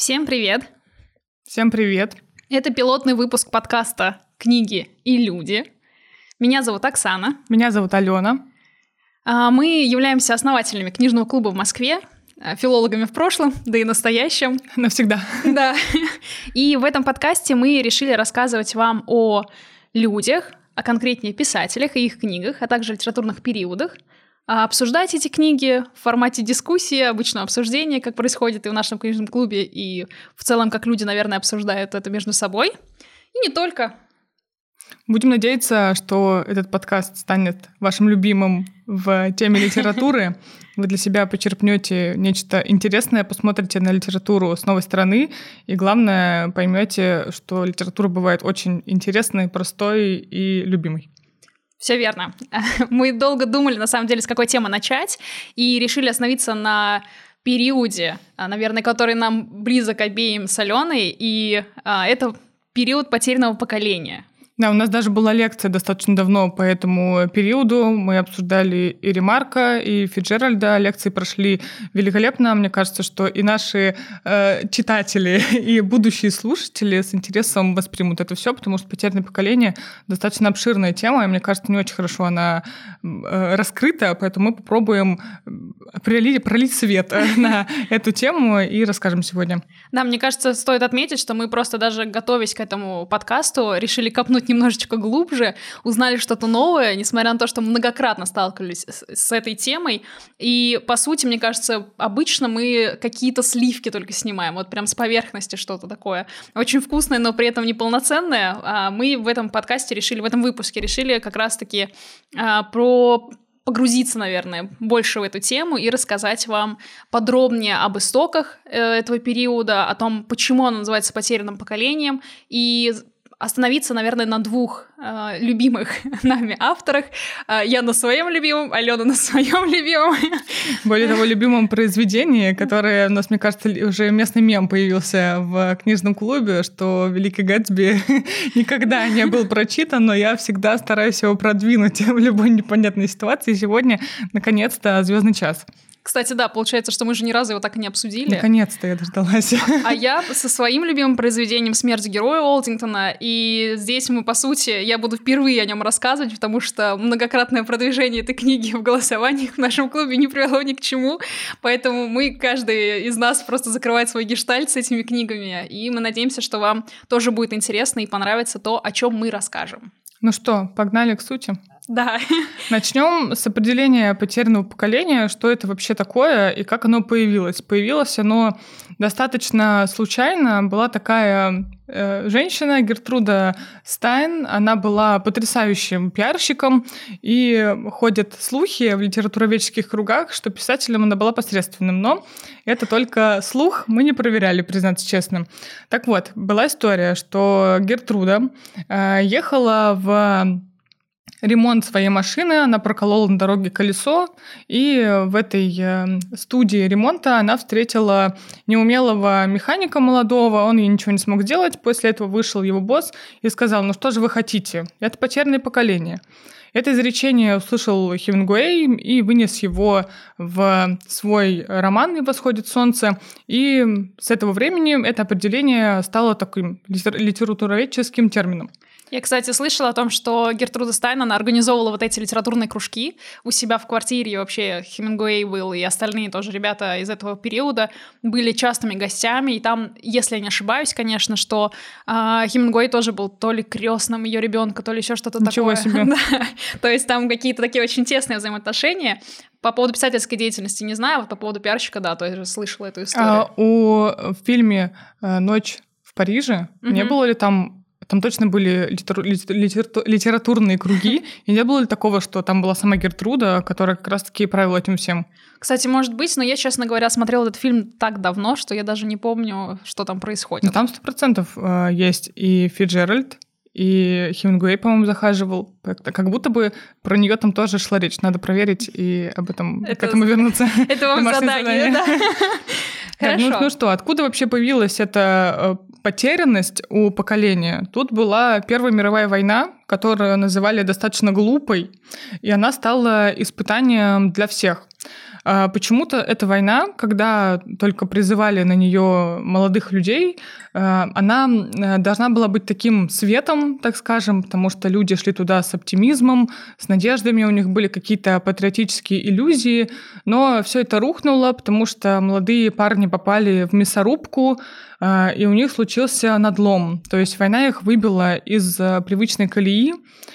Всем привет! Всем привет! Это пилотный выпуск подкаста «Книги и люди». Меня зовут Оксана. Меня зовут Алена. Мы являемся основателями книжного клуба в Москве, филологами в прошлом, да и настоящем. Навсегда. Да. И в этом подкасте мы решили рассказывать вам о людях, а конкретнее писателях и их книгах, а также литературных периодах, обсуждать эти книги в формате дискуссии, обычного обсуждения, как происходит и в нашем книжном клубе, и в целом, как люди, наверное, обсуждают это между собой. И не только. Будем надеяться, что этот подкаст станет вашим любимым в теме литературы. Вы для себя почерпнете нечто интересное, посмотрите на литературу с новой стороны, и, главное, поймете, что литература бывает очень интересной, простой и любимой. Все верно. Мы долго думали, на самом деле, с какой темы начать, и решили остановиться на периоде, наверное, который нам близок обеим с Аленой, и это период потерянного поколения. Да, у нас даже была лекция достаточно давно по этому периоду. Мы обсуждали и Ремарка, и Фицджеральда. Лекции прошли великолепно. Мне кажется, что и наши читатели, и будущие слушатели с интересом воспримут это все, потому что «Потерянное поколение» достаточно обширная тема, и мне кажется, не очень хорошо она раскрыта, поэтому мы попробуем пролить свет на эту тему и расскажем сегодня. Да, мне кажется, стоит отметить, что мы просто даже готовясь к этому подкасту, решили копнуть немножечко глубже, узнали что-то новое, несмотря на то, что многократно сталкивались с этой темой. И, по сути, мне кажется, обычно мы какие-то сливки только снимаем, вот прям с поверхности что-то такое. Очень вкусное, но при этом неполноценное. А мы в этом подкасте решили, в этом выпуске решили как раз-таки погрузиться, наверное, больше в эту тему и рассказать вам подробнее об истоках этого периода, о том, почему он называется «Потерянным поколением», и остановиться, наверное, на двух любимых нами авторах. Я на своем любимом, Алена на своем любимом. Более того, любимом произведении, которое у нас, мне кажется, уже местный мем появился в книжном клубе, что «Великий Гэтсби» никогда не был прочитан, но я всегда стараюсь его продвинуть в любой непонятной ситуации. И сегодня, наконец-то, «Звездный час». Кстати, да, получается, что мы же ни разу его так и не обсудили. Наконец-то я дождалась. А я со своим любимым произведением «Смерть героя» Уолтингтона, и здесь мы, по сути, я буду впервые о нем рассказывать, потому что многократное продвижение этой книги в голосованиях в нашем клубе не привело ни к чему, поэтому каждый из нас просто закрывает свой гештальт с этими книгами, и мы надеемся, что вам тоже будет интересно и понравится то, о чем мы расскажем. Ну что, погнали к сути? Да. Начнем с определения потерянного поколения, что это вообще такое и как оно появилось. Появилось оно достаточно случайно. Была такая женщина, Гертруда Стайн, она была потрясающим пиарщиком, и ходят слухи в литературоведческих кругах, что писателем она была посредственным, но это только слух, мы не проверяли, признаться честно. Так вот, была история, что Гертруда ехала в ремонт своей машины, она проколола на дороге колесо, и в этой студии ремонта она встретила неумелого механика молодого, он ей ничего не смог сделать, после этого вышел его босс и сказал: «Ну что же вы хотите? Это потерянное поколение». Это изречение услышал Хемингуэй и вынес его в свой роман «Восходит солнце», и с этого времени это определение стало таким литературоведческим термином. Я, кстати, слышала о том, что Гертруда Стайн, она организовывала вот эти литературные кружки у себя в квартире, и вообще Хемингуэй был, и остальные тоже ребята из этого периода были частыми гостями, и там, если я не ошибаюсь, конечно, что Хемингуэй тоже был то ли крестным ее ребенка, то ли еще что-то такое. Ничего себе. Да. То есть там какие-то такие очень тесные взаимоотношения. По поводу писательской деятельности не знаю, вот по поводу пиарщика, да, то есть слышала эту историю. В фильме «Ночь в Париже» не было ли там точно были литературные круги, и не было ли такого, что там была сама Гертруда, которая как раз-таки правила этим всем? Кстати, может быть, но я, честно говоря, смотрела этот фильм так давно, что я даже не помню, что там происходит. Но там 100% есть и Фицджеральд, и Хемингуэй, по-моему, захаживал. Как будто бы про нее там тоже шла речь. Надо проверить и к этому вернуться. Это вам задание, да? Хорошо. Ну что, откуда вообще появилась эта потерянность у поколения? Тут была Первая мировая война, которую называли достаточно глупой, и она стала испытанием для всех. Почему-то эта война, когда только призывали на нее молодых людей, она должна была быть таким светом, так скажем, потому что люди шли туда с оптимизмом, с надеждами, у них были какие-то патриотические иллюзии, но все это рухнуло, потому что молодые парни попали в мясорубку, и у них случился надлом. То есть война их выбила из привычной колеи,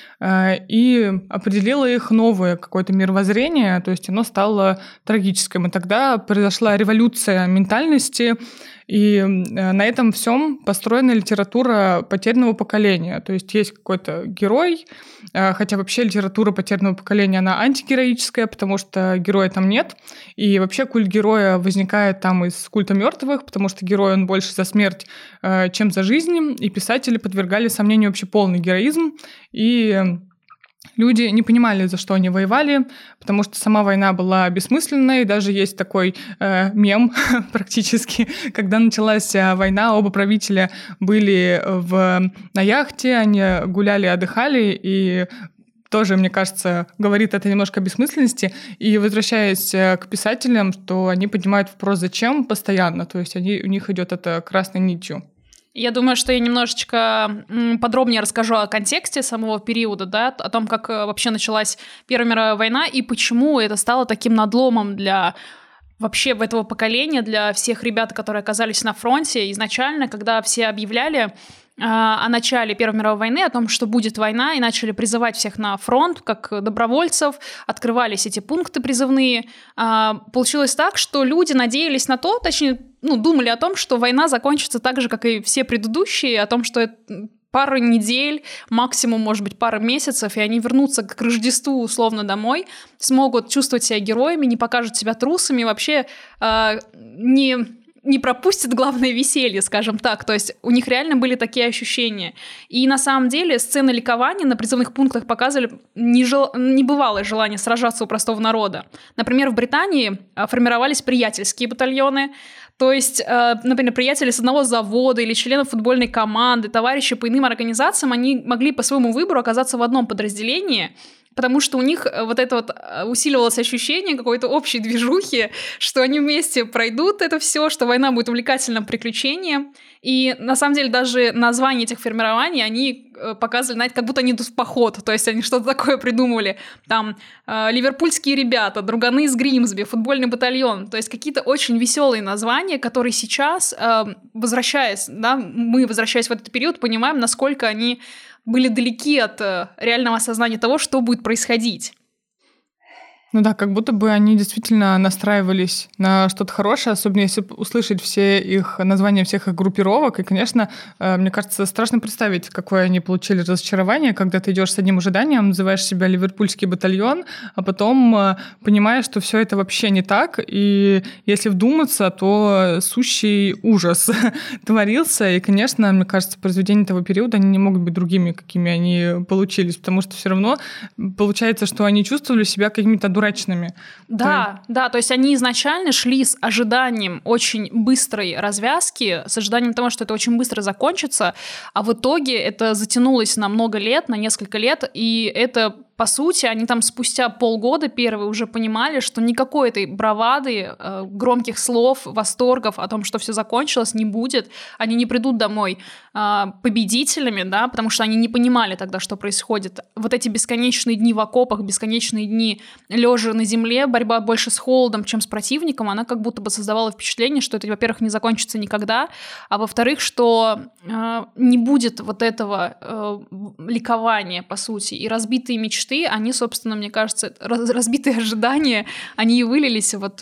и определило их новое какое-то мировоззрение, то есть оно стало трагическим. И тогда произошла революция ментальности, и на этом всем построена литература потерянного поколения. То есть есть какой-то герой, хотя вообще литература потерянного поколения, она антигероическая, потому что героя там нет. И вообще культ героя возникает там из культа мертвых, потому что герой, он больше за смерть, чем за жизнь. И писатели подвергали сомнению вообще полный героизм. И люди не понимали, за что они воевали, потому что сама война была бессмысленной. Даже есть такой мем практически, когда началась война, оба правителя были на яхте, они гуляли, отдыхали, и тоже, мне кажется, говорит это немножко о бессмысленности. И возвращаясь к писателям, что они поднимают вопрос «зачем?» постоянно, то есть у них идет это красной нитью. Я думаю, что я немножечко подробнее расскажу о контексте самого периода, да, о том, как вообще началась Первая мировая война и почему это стало таким надломом для вообще этого поколения, для всех ребят, которые оказались на фронте. Изначально, когда все объявляли о начале Первой мировой войны, о том, что будет война, и начали призывать всех на фронт, как добровольцев, открывались эти пункты призывные. Получилось так, что люди надеялись на то, точнее, думали о том, что война закончится так же, как и все предыдущие, о том, что это пару недель, максимум, может быть, пару месяцев, и они вернутся к Рождеству условно домой, смогут чувствовать себя героями, не покажут себя трусами, вообще не пропустят главное веселье, скажем так. То есть у них реально были такие ощущения. И на самом деле сцены ликования на призывных пунктах показывали небывалое желание сражаться у простого народа. Например, в Британии формировались приятельские батальоны. То есть, например, приятели с одного завода или членов футбольной команды, товарищи по иным организациям, они могли по своему выбору оказаться в одном подразделении, потому что у них вот это вот усиливалось ощущение какой-то общей движухи, что они вместе пройдут это все, что война будет увлекательным приключением. И на самом деле даже названия этих формирований, они показывали, знаете, как будто они идут в поход, то есть они что-то такое придумывали. Там ливерпульские ребята, друганы из Гримсби, футбольный батальон, то есть какие-то очень веселые названия, которые сейчас, возвращаясь в этот период, понимаем, насколько они были далеки от реального осознания того, что будет происходить. Ну да, как будто бы они действительно настраивались на что-то хорошее, особенно если услышать все их названия всех их группировок. И, конечно, мне кажется, страшно представить, какое они получили разочарование, когда ты идешь с одним ожиданием, называешь себя ливерпульский батальон, а потом понимаешь, что все это вообще не так. И если вдуматься, то сущий ужас творился. И, конечно, мне кажется, произведения того периода, они не могут быть другими, какими они получились, потому что все равно получается, что они чувствовали себя какими-то дурачными. Да, то есть они изначально шли с ожиданием очень быстрой развязки, с ожиданием того, что это очень быстро закончится, а в итоге это затянулось на много лет, на несколько лет, и это, по сути, они там спустя полгода первые уже понимали, что никакой этой бравады, громких слов, восторгов о том, что все закончилось, не будет. Они не придут домой победителями, да, потому что они не понимали тогда, что происходит. Вот эти бесконечные дни в окопах, бесконечные дни лежа на земле, борьба больше с холодом, чем с противником, она как будто бы создавала впечатление, что это, во-первых, не закончится никогда, а во-вторых, что не будет вот этого ликования, по сути, и разбитые мечты, они, собственно, мне кажется, разбитые ожидания, они и вылились вот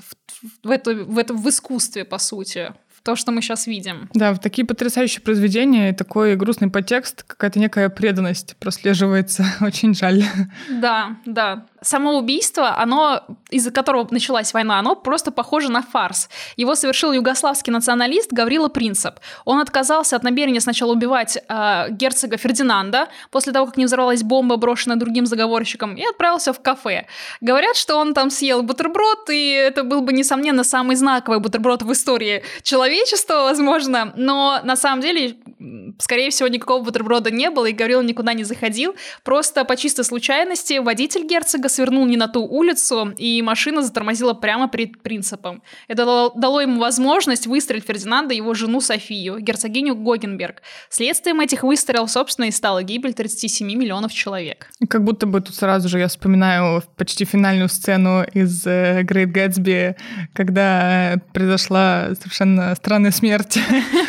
в искусстве, по сути, в то, что мы сейчас видим. Да, в такие потрясающие произведения, такой грустный подтекст, какая-то некая преданность прослеживается. Очень жаль. Да. Само убийство, оно, из-за которого началась война, оно просто похоже на фарс. Его совершил югославский националист Гаврила Принцип. Он отказался от намерения сначала убивать герцога Фердинанда, после того, как не взорвалась бомба, брошенная другим заговорщиком, и отправился в кафе. Говорят, что он там съел бутерброд, и это был бы, несомненно, самый знаковый бутерброд в истории человечества, возможно, но на самом деле скорее всего, никакого бутерброда не было, и Гаврила никуда не заходил. Просто по чистой случайности водитель герцога свернул не на ту улицу, и машина затормозила прямо перед принципом. Это дало ему возможность выстрелить Фердинанда и его жену Софию, герцогиню Гогенберг. Следствием этих выстрелов, собственно, и стала гибель 37 миллионов человек. Как будто бы тут сразу же я вспоминаю почти финальную сцену из Great Gatsby, когда произошла совершенно странная смерть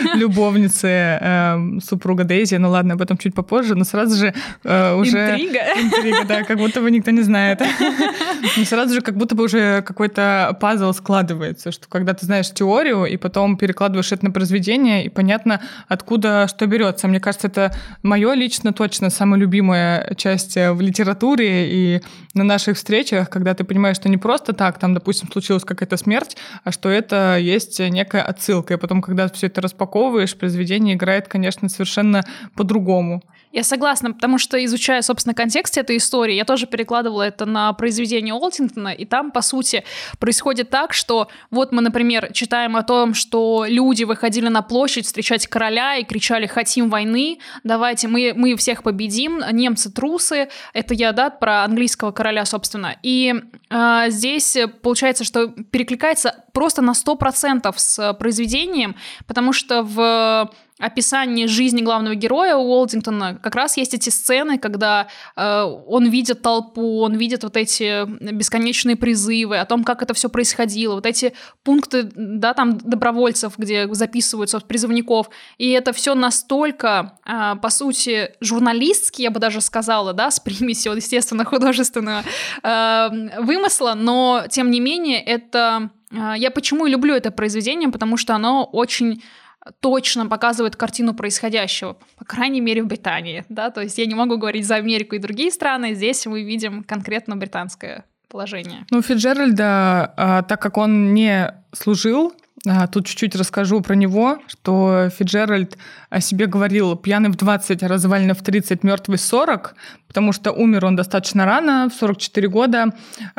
любовницы супруга Дейзи. Ну ладно, об этом чуть попозже, но сразу же уже... Интрига, да, как будто бы никто не знает. Но сразу же как будто бы уже какой-то пазл складывается, что когда ты знаешь теорию и потом перекладываешь это на произведение, и понятно, откуда что берется. Мне кажется, это моё лично точно самая любимая часть в литературе и на наших встречах, когда ты понимаешь, что не просто так, там, допустим, случилась какая-то смерть, а что это есть некая отсылка. И потом, когда все это распаковываешь, произведение играет, конечно, совершенно по-другому. Я согласна, потому что, изучая, собственно, контекст этой истории, я тоже перекладывала это на произведение Уолтингтона, и там, по сути, происходит так, что вот мы, например, читаем о том, что люди выходили на площадь встречать короля и кричали «Хотим войны, давайте, мы всех победим, немцы трусы». Это я, да, про английского короля, собственно. И здесь получается, что перекликается просто на 100% с произведением, потому что в описании жизни главного героя Уолтингтона как раз есть эти сцены, когда он видит толпу, он видит вот эти бесконечные призывы о том, как это все происходило, вот эти пункты, да, там добровольцев, где записываются призывников, и это все настолько, по сути, журналистски, я бы даже сказала, да, с примесью, естественно, художественного вымысла, но тем не менее это... Я почему и люблю это произведение, потому что оно очень точно показывает картину происходящего, по крайней мере, в Британии, да, то есть я не могу говорить за Америку и другие страны, здесь мы видим конкретно британское положение. Ну, Фицджеральда, так как он не служил, тут чуть-чуть расскажу про него, что Фицджеральд о себе говорил: пьяный в 20, развалина в 30, мертвый в 40, потому что умер он достаточно рано, в 44 года,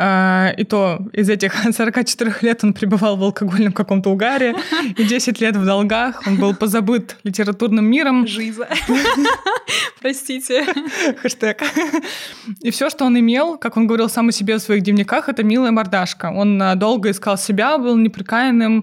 и то из этих 44 лет он пребывал в алкогольном каком-то угаре, и 10 лет в долгах, он был позабыт литературным миром. Жиза. Простите. Хэштег. И все, что он имел, как он говорил сам о себе в своих дневниках, это милая мордашка. Он долго искал себя, был неприкаянным,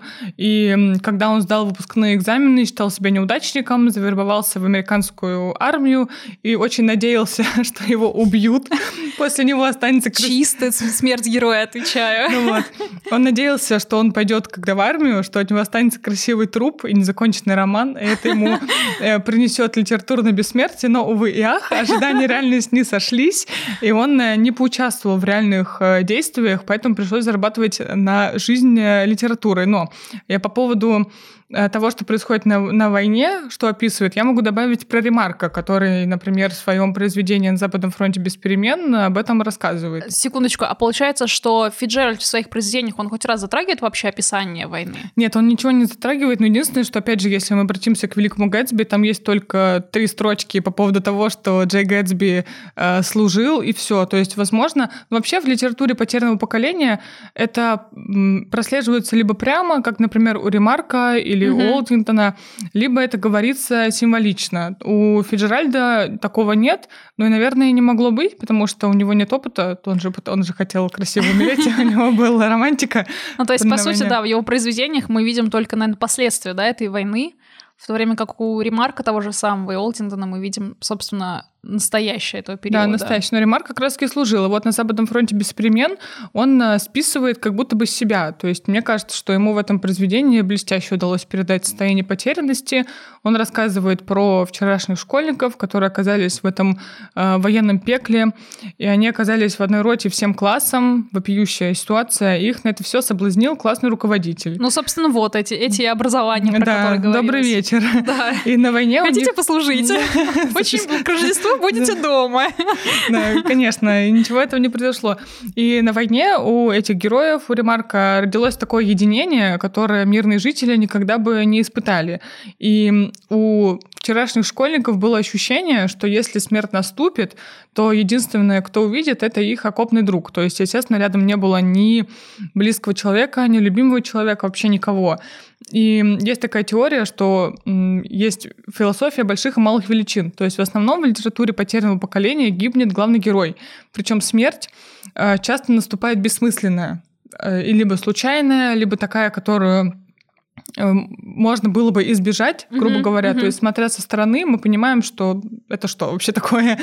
и когда он сдал выпускные экзамены, считал себя неудачником, завербовался в американскую армию и очень надеялся, что его убьют. После него останется... Чистая смерть героя, отвечаю. Ну вот. Он надеялся, что он пойдет, когда в армию, что от него останется красивый труп и незаконченный роман, и это ему принесет литературное бессмертие, но, увы и ах, ожидания и реальность не сошлись, и он не поучаствовал в реальных действиях, поэтому пришлось зарабатывать на жизнь литературой. Но я по поводу того, что происходит на войне, что описывает, я могу добавить про Ремарка, который, например, в своем произведении «На Западном фронте без перемен» об этом рассказывает. Секундочку, а получается, что Фицджеральд в своих произведениях, он хоть раз затрагивает вообще описание войны? Нет, он ничего не затрагивает, но единственное, что, опять же, если мы обратимся к «Великому Гэтсби», там есть только 3 строчки по поводу того, что Джей Гэтсби служил, и все. То есть, возможно, вообще в литературе потерянного поколения это прослеживается либо прямо, как, например, у Ремарка или Уолтингтона, либо это говорится символично. У Фицджеральда такого нет, но и, наверное, не могло быть, потому что у него нет опыта, он же хотел красиво умереть, у него была романтика. Ну, то есть, по сути, да, в его произведениях мы видим только, наверное, последствия, да, этой войны, в то время как у Ремарка того же самого и Уолтингтона мы видим, собственно, настоящее этого периода. Да, настоящее. Но Ремарк как раз-таки служил. И вот на Западном фронте без перемен он списывает как будто бы себя. То есть мне кажется, что ему в этом произведении блестяще удалось передать состояние потерянности. Он рассказывает про вчерашних школьников, которые оказались в этом военном пекле, и они оказались в одной роте всем классом, вопиющая ситуация, и их на это все соблазнил классный руководитель. Ну, собственно, вот эти образования, про которые говорилось. Добрый вечер. Да. И на войне хотите послужить? Очень к Рождеству будете дома. Да, конечно, и ничего этого не произошло. И на войне у этих героев, у Ремарка, родилось такое единение, которое мирные жители никогда бы не испытали. И у вчерашних школьников было ощущение, что если смерть наступит, то единственное, кто увидит, это их окопный друг. То есть, естественно, рядом не было ни близкого человека, ни любимого человека, вообще никого. И есть такая теория, что есть философия больших и малых величин. То есть в основном в литературе потерянного поколения гибнет главный герой. Причем смерть часто наступает бессмысленная. И либо случайная, либо такая, которую можно было бы избежать, грубо говоря. То есть, смотря со стороны, мы понимаем, что это что вообще такое.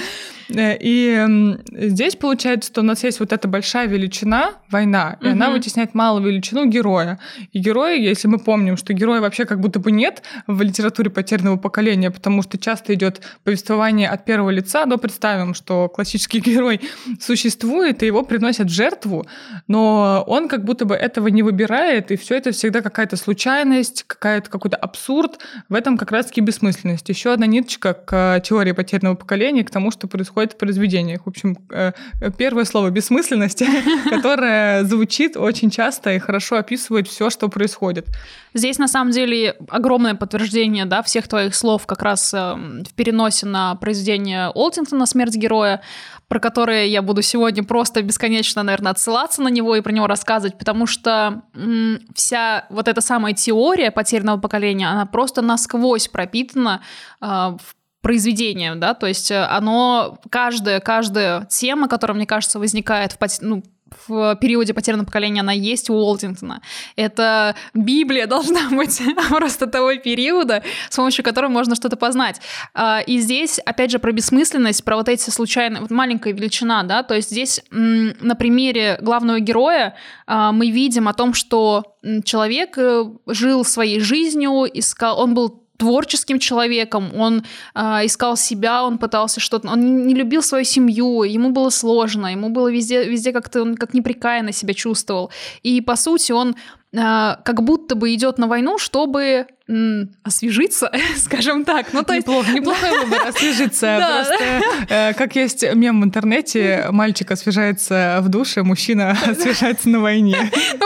И здесь получается, что у нас есть вот эта большая величина, война, и она вытесняет малую величину героя. И герой, если мы помним, что героя вообще как будто бы нет в литературе потерянного поколения, потому что часто идет повествование от первого лица, но представим, что классический герой существует, и его приносят в жертву, но он как будто бы этого не выбирает, и все это всегда какая-то случайность, какой-то абсурд, в этом как раз-таки бессмысленность. Еще одна ниточка к теории потерянного поколения, к тому, что происходит в произведениях. В общем, первое слово «бессмысленность», которое звучит очень часто и хорошо описывает все, что происходит. Здесь, на самом деле, огромное подтверждение, да, всех твоих слов как раз в переносе на произведение Олтингтона «Смерть героя», про которое я буду сегодня просто бесконечно, наверное, отсылаться на него и про него рассказывать, потому что вся вот эта самая теория потерянного поколения, она просто насквозь пропитана в произведение, да, то есть оно, каждая тема, которая, мне кажется, возникает в периоде потерянного поколения, она есть у Олтингтона. Это Библия должна быть просто того периода, с помощью которого можно что-то познать. И здесь, опять же, про бессмысленность, про вот эти случайные, вот маленькая величина, да, то есть здесь на примере главного героя мы видим о том, что человек жил своей жизнью, он был творческим человеком, он искал себя, он пытался что-то, он не любил свою семью, ему было сложно, ему было везде как-то, он как неприкаянно себя чувствовал. И, по сути, он как будто бы идет на войну, чтобы освежиться, скажем так. Ну, то есть... Неплохой выбор, освежиться. Просто, как есть мем в интернете, мальчик освежается в душе, мужчина освежается на войне.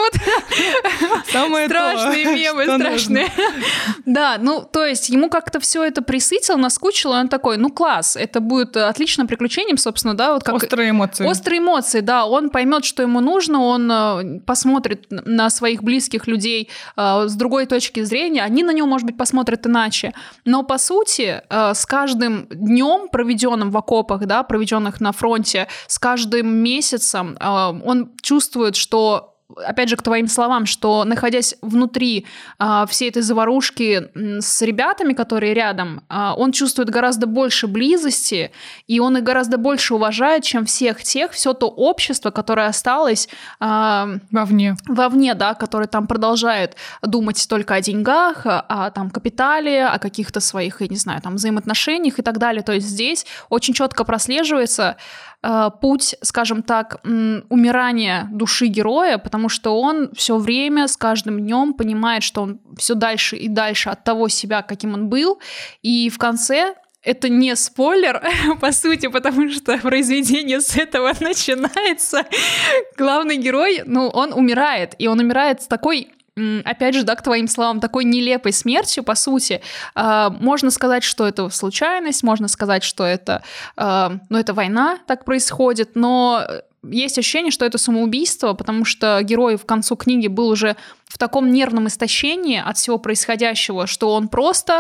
Самые страшные мемы, страшные. Да, ну, то есть ему как-то все это присытило, наскучило, и он такой, ну, класс, это будет отличным приключением, собственно, да. Вот как... Острые эмоции. Острые эмоции, да. Он поймет, что ему нужно, он посмотрит на своих близких людей с другой точки зрения, они на него, может быть, посмотрят иначе. Но, по сути, с каждым днем, проведенным в окопах, да, проведенных на фронте, с каждым месяцем он чувствует, что, опять же, к твоим словам, что, находясь внутри всей этой заварушки с ребятами, которые рядом, он чувствует гораздо больше близости, и он их гораздо больше уважает, чем всех тех, все то общество, которое осталось вовне, да, которое там продолжает думать только о деньгах, о там капитале, о каких-то своих, я не знаю, там взаимоотношениях и так далее. То есть здесь очень четко прослеживается путь, скажем так, умирания души героя, потому что он все время с каждым днем понимает, что он все дальше и дальше от того себя, каким он был, и в конце это не спойлер, по сути, потому что произведение с этого начинается. Главный герой, он умирает, и он умирает с такой, опять же, да, к твоим словам, такой нелепой смертью, по сути. Можно сказать, что это случайность, можно сказать, что это, это война, так происходит, но есть ощущение, что это самоубийство, потому что герой в концу книги был уже в таком нервном истощении от всего происходящего, что он просто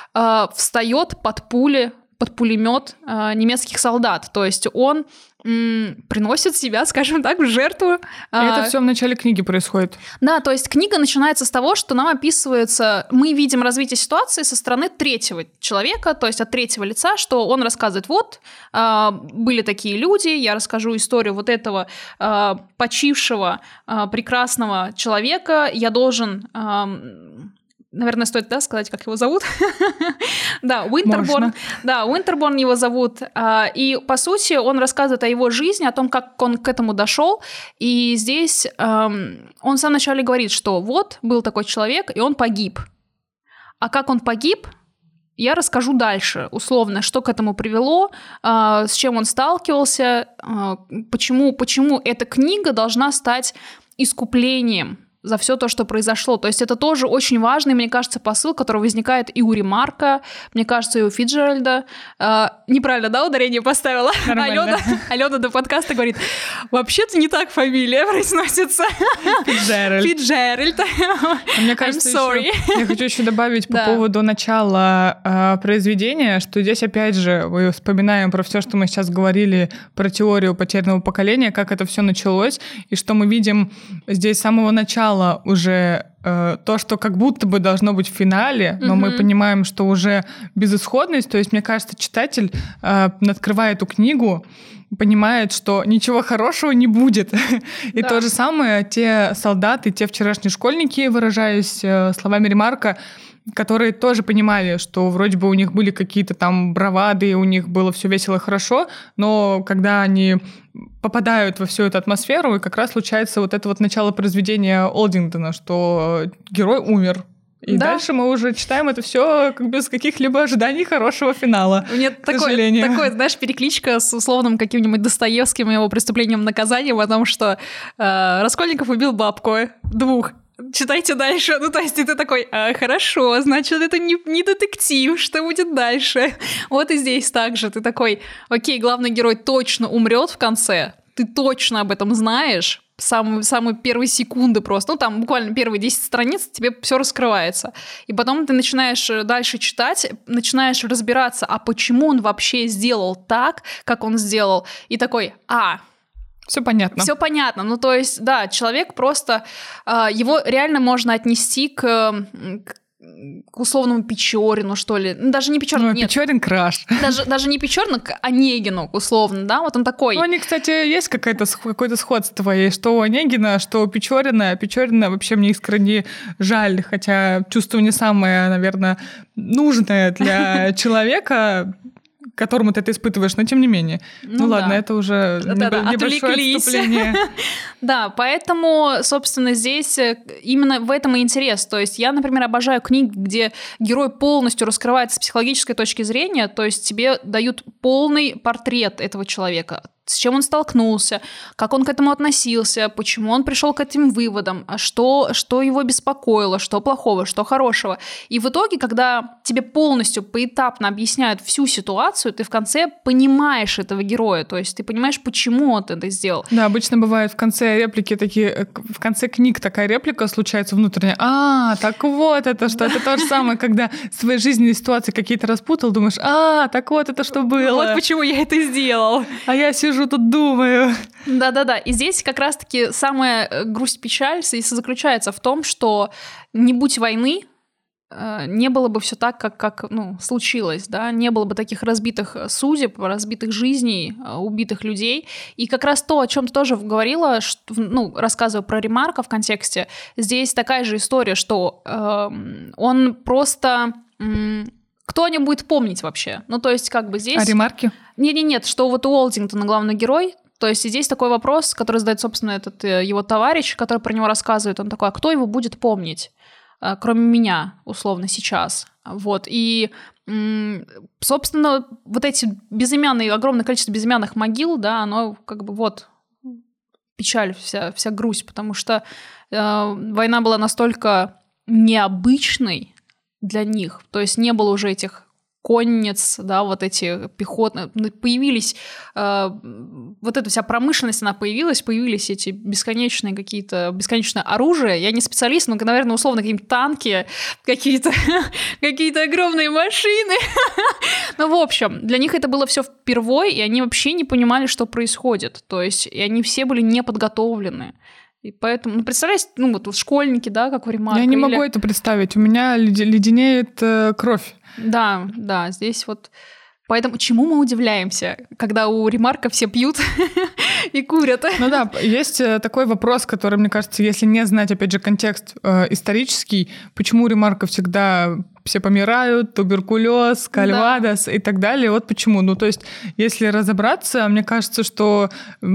встает под пули, под пулемет немецких солдат. То есть он приносит себя, скажем так, в жертву. И это все в начале книги происходит. Да, то есть книга начинается с того, что нам описывается, мы видим развитие ситуации со стороны третьего человека, то есть от третьего лица, что он рассказывает, вот, были такие люди, я расскажу историю вот этого почившего прекрасного человека, я должен... Наверное, стоит, да, сказать, как его зовут. Да, Уинтерборн. Да, Уинтерборн его зовут. И, по сути, он рассказывает о его жизни, о том, как он к этому дошел. И здесь он в самом начале говорит, что вот, был такой человек, и он погиб. А как он погиб, я расскажу дальше, условно, что к этому привело, с чем он сталкивался, почему эта книга должна стать искуплением за все то, что произошло. То есть это тоже очень важный, мне кажется, посыл, который возникает и у Ремарка, мне кажется, и у Фицджеральда. Неправильно, да, ударение поставила? Алена до подкаста говорит, вообще-то не так фамилия произносится. Фицджеральд. Мне кажется, я хочу еще добавить по поводу начала произведения, что здесь, опять же, мы вспоминаем про все, что мы сейчас говорили, про теорию потерянного поколения, как это все началось, и что мы видим здесь с самого начала уже то, что как будто бы должно быть в финале, но мы понимаем, что уже безысходность. То есть, мне кажется, читатель, открывая эту книгу, понимает, что ничего хорошего не будет. И то же самое те солдаты, те вчерашние школьники, выражаясь словами Ремарка, которые тоже понимали, что вроде бы у них были какие-то там бравады, у них было все весело, хорошо, но когда они попадают во всю эту атмосферу, и как раз случается вот это вот начало произведения Олдингтона, что герой умер. И дальше мы уже читаем это все как без каких-либо ожиданий хорошего финала. У меня такой, знаешь, перекличка с условным каким-нибудь Достоевским и его преступлением наказанием о том, что Раскольников убил бабку 2. Читайте дальше. Ну, то есть ты такой, хорошо, значит, это не детектив, что будет дальше? Вот и здесь так же. Ты такой, окей, главный герой точно умрет в конце, ты точно об этом знаешь, самые первые секунды просто, ну, там буквально первые 10 страниц, тебе все раскрывается. И потом ты начинаешь дальше читать, начинаешь разбираться, а почему он вообще сделал так, как он сделал. И такой, все понятно. Все понятно. Ну, то есть, да, человек просто... его реально можно отнести к условному Печорину, что ли. Ну, даже не Печорину, нет. Печорин краш. Даже не Печорину, к Онегину, условно, да? Вот он такой. Ну, они, кстати, есть какое-то сходство. И что у Онегина, что у Печорина. Печорина вообще мне искренне жаль, хотя чувство не самое, наверное, нужное для человека, которому ты это испытываешь, но тем не менее. Ну ладно, это уже небольшое отступление. Да, поэтому, собственно, здесь именно в этом и интерес. То есть я, например, обожаю книги, где герой полностью раскрывается с психологической точки зрения, то есть тебе дают полный портрет этого человека, с чем он столкнулся, как он к этому относился, почему он пришел к этим выводам, что его беспокоило, что плохого, что хорошего. И в итоге, когда тебе полностью поэтапно объясняют всю ситуацию, ты в конце понимаешь этого героя, то есть ты понимаешь, почему он это сделал. Да, обычно бывает в конце реплики такие, в конце книг такая реплика случается внутренняя. Так вот это что, это то же самое, когда в своей жизненной ситуации какие-то распутал, думаешь, так вот это что было. Вот почему я это сделал. А я сижу тут думаю. Да-да-да. И здесь как раз-таки самая грусть-печаль заключается в том, что не будь войны, не было бы все так, как случилось, да, не было бы таких разбитых судеб, разбитых жизней, убитых людей. И как раз то, о чем ты тоже говорила, рассказывая про Ремарка в контексте, здесь такая же история, что он просто... Кто о нем будет помнить вообще? Ну, то есть, как бы здесь... А Ремарки? Нет, что вот у Олдингтона главный герой, то есть здесь такой вопрос, который задает, собственно, этот его товарищ, который про него рассказывает, он такой, а кто его будет помнить, кроме меня, условно, сейчас? Вот, и, собственно, вот эти огромное количество безымянных могил, да, оно как бы вот печаль, вся грусть, потому что война была настолько необычной, для них. То есть не было уже этих конниц, да, вот эти пехотные. Появились, вот эта вся промышленность, она появились эти бесконечное оружие. Я не специалист, но, наверное, условно, какие-нибудь танки, какие-то огромные машины. Ну, в общем, для них это было все впервой, и они вообще не понимали, что происходит. То есть, и они все были неподготовлены. И поэтому, представляете, вот школьники, да, как в Ремарке. Я не могу это представить, у меня леденеет кровь. Да, здесь вот... Поэтому чему мы удивляемся, когда у Ремарка все пьют и курят? Ну да, есть такой вопрос, который, мне кажется, если не знать, опять же, контекст исторический, почему у Ремарка всегда все помирают, туберкулез, кальвадос и так далее. Вот почему. Ну, то есть, если разобраться, мне кажется, что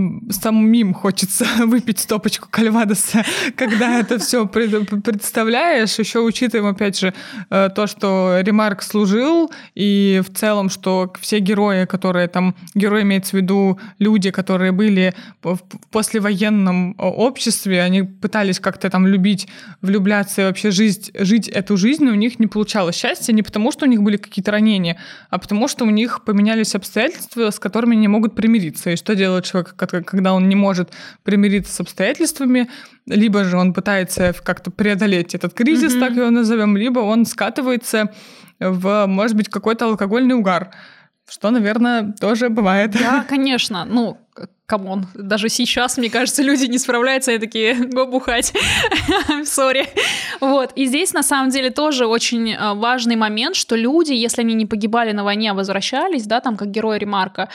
самим хочется выпить стопочку кальвадоса, когда это все представляешь, еще учитываем, опять же, то, что Ремарк служил, и в целом, что все герои, которые там, герои имеется в виду люди, которые были в послевоенном обществе, они пытались как-то там любить, влюбляться и вообще жить эту жизнь, но у них не получалось счастья не потому, что у них были какие-то ранения, а потому, что у них поменялись обстоятельства, с которыми они не могут примириться. И что делает человек, когда он не может примириться с обстоятельствами? Либо же он пытается как-то преодолеть этот кризис, так его назовем, либо он скатывается в, может быть, какой-то алкогольный угар, что, наверное, тоже бывает. Да, конечно. Ну, камон, даже сейчас, мне кажется, люди не справляются, и такие, го бухать, сори. Вот, и здесь, на самом деле, тоже очень важный момент, что люди, если они не погибали на войне, а возвращались, да, там, как герои Ремарка,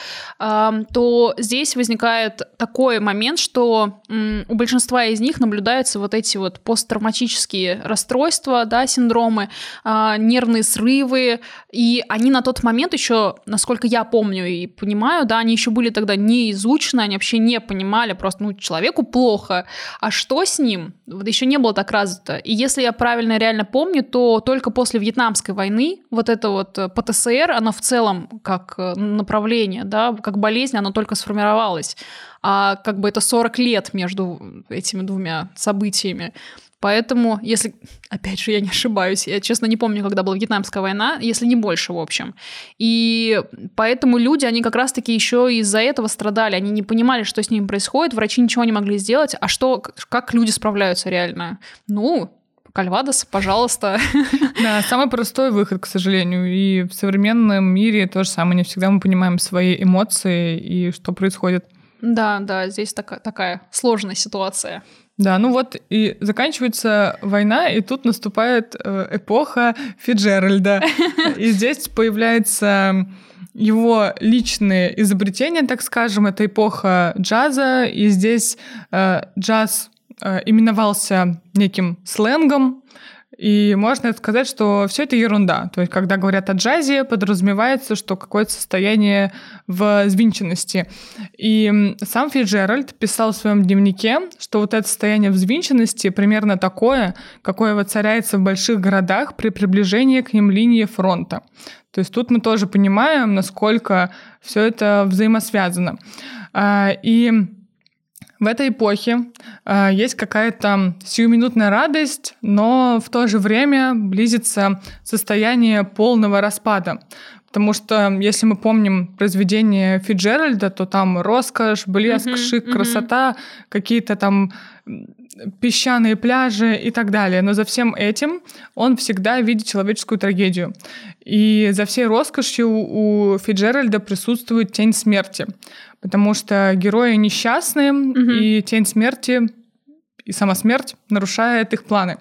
то здесь возникает такой момент, что у большинства из них наблюдаются вот эти вот посттравматические расстройства, да, синдромы, нервные срывы, и они на тот момент еще, насколько я помню и понимаю, да, они еще были тогда не изучены, они вообще не понимали, просто, ну, человеку плохо, а что с ним? Вот еще не было так развито. И если я правильно реально помню, то только после Вьетнамской войны вот это вот ПТСР, оно в целом как направление, да, как болезнь, оно только сформировалось. А как бы это 40 лет между этими двумя событиями. Поэтому, если, опять же, я не ошибаюсь, я, честно, не помню, когда была Вьетнамская война, если не больше, в общем. И поэтому люди, они как раз-таки еще из-за этого страдали, они не понимали, что с ними происходит, врачи ничего не могли сделать, а что, как люди справляются реально? Ну, кальвадос, пожалуйста. Да, самый простой выход, к сожалению. И в современном мире то же самое, не всегда мы понимаем свои эмоции и что происходит. Да, здесь такая сложная ситуация. Да, ну вот и заканчивается война, и тут наступает эпоха Фицджеральда. И здесь появляются его личные изобретения, так скажем, это эпоха джаза, и здесь джаз именовался неким сленгом, и можно сказать, что все это ерунда. То есть, когда говорят о джазе, подразумевается, что какое-то состояние взвинченности. И сам Фицджеральд писал в своем дневнике, что вот это состояние взвинченности примерно такое, какое воцаряется в больших городах при приближении к ним линии фронта. То есть тут мы тоже понимаем, насколько все это взаимосвязано. И в этой эпохе есть какая-то сиюминутная радость, но в то же время близится состояние полного распада. Потому что, если мы помним произведение Фицджеральда, то там роскошь, блеск, шик, красота, какие-то там песчаные пляжи и так далее. Но за всем этим он всегда видит человеческую трагедию. И за всей роскошью у Фицджеральда присутствует тень смерти. Потому что герои несчастные, и тень смерти, и сама смерть нарушает их планы.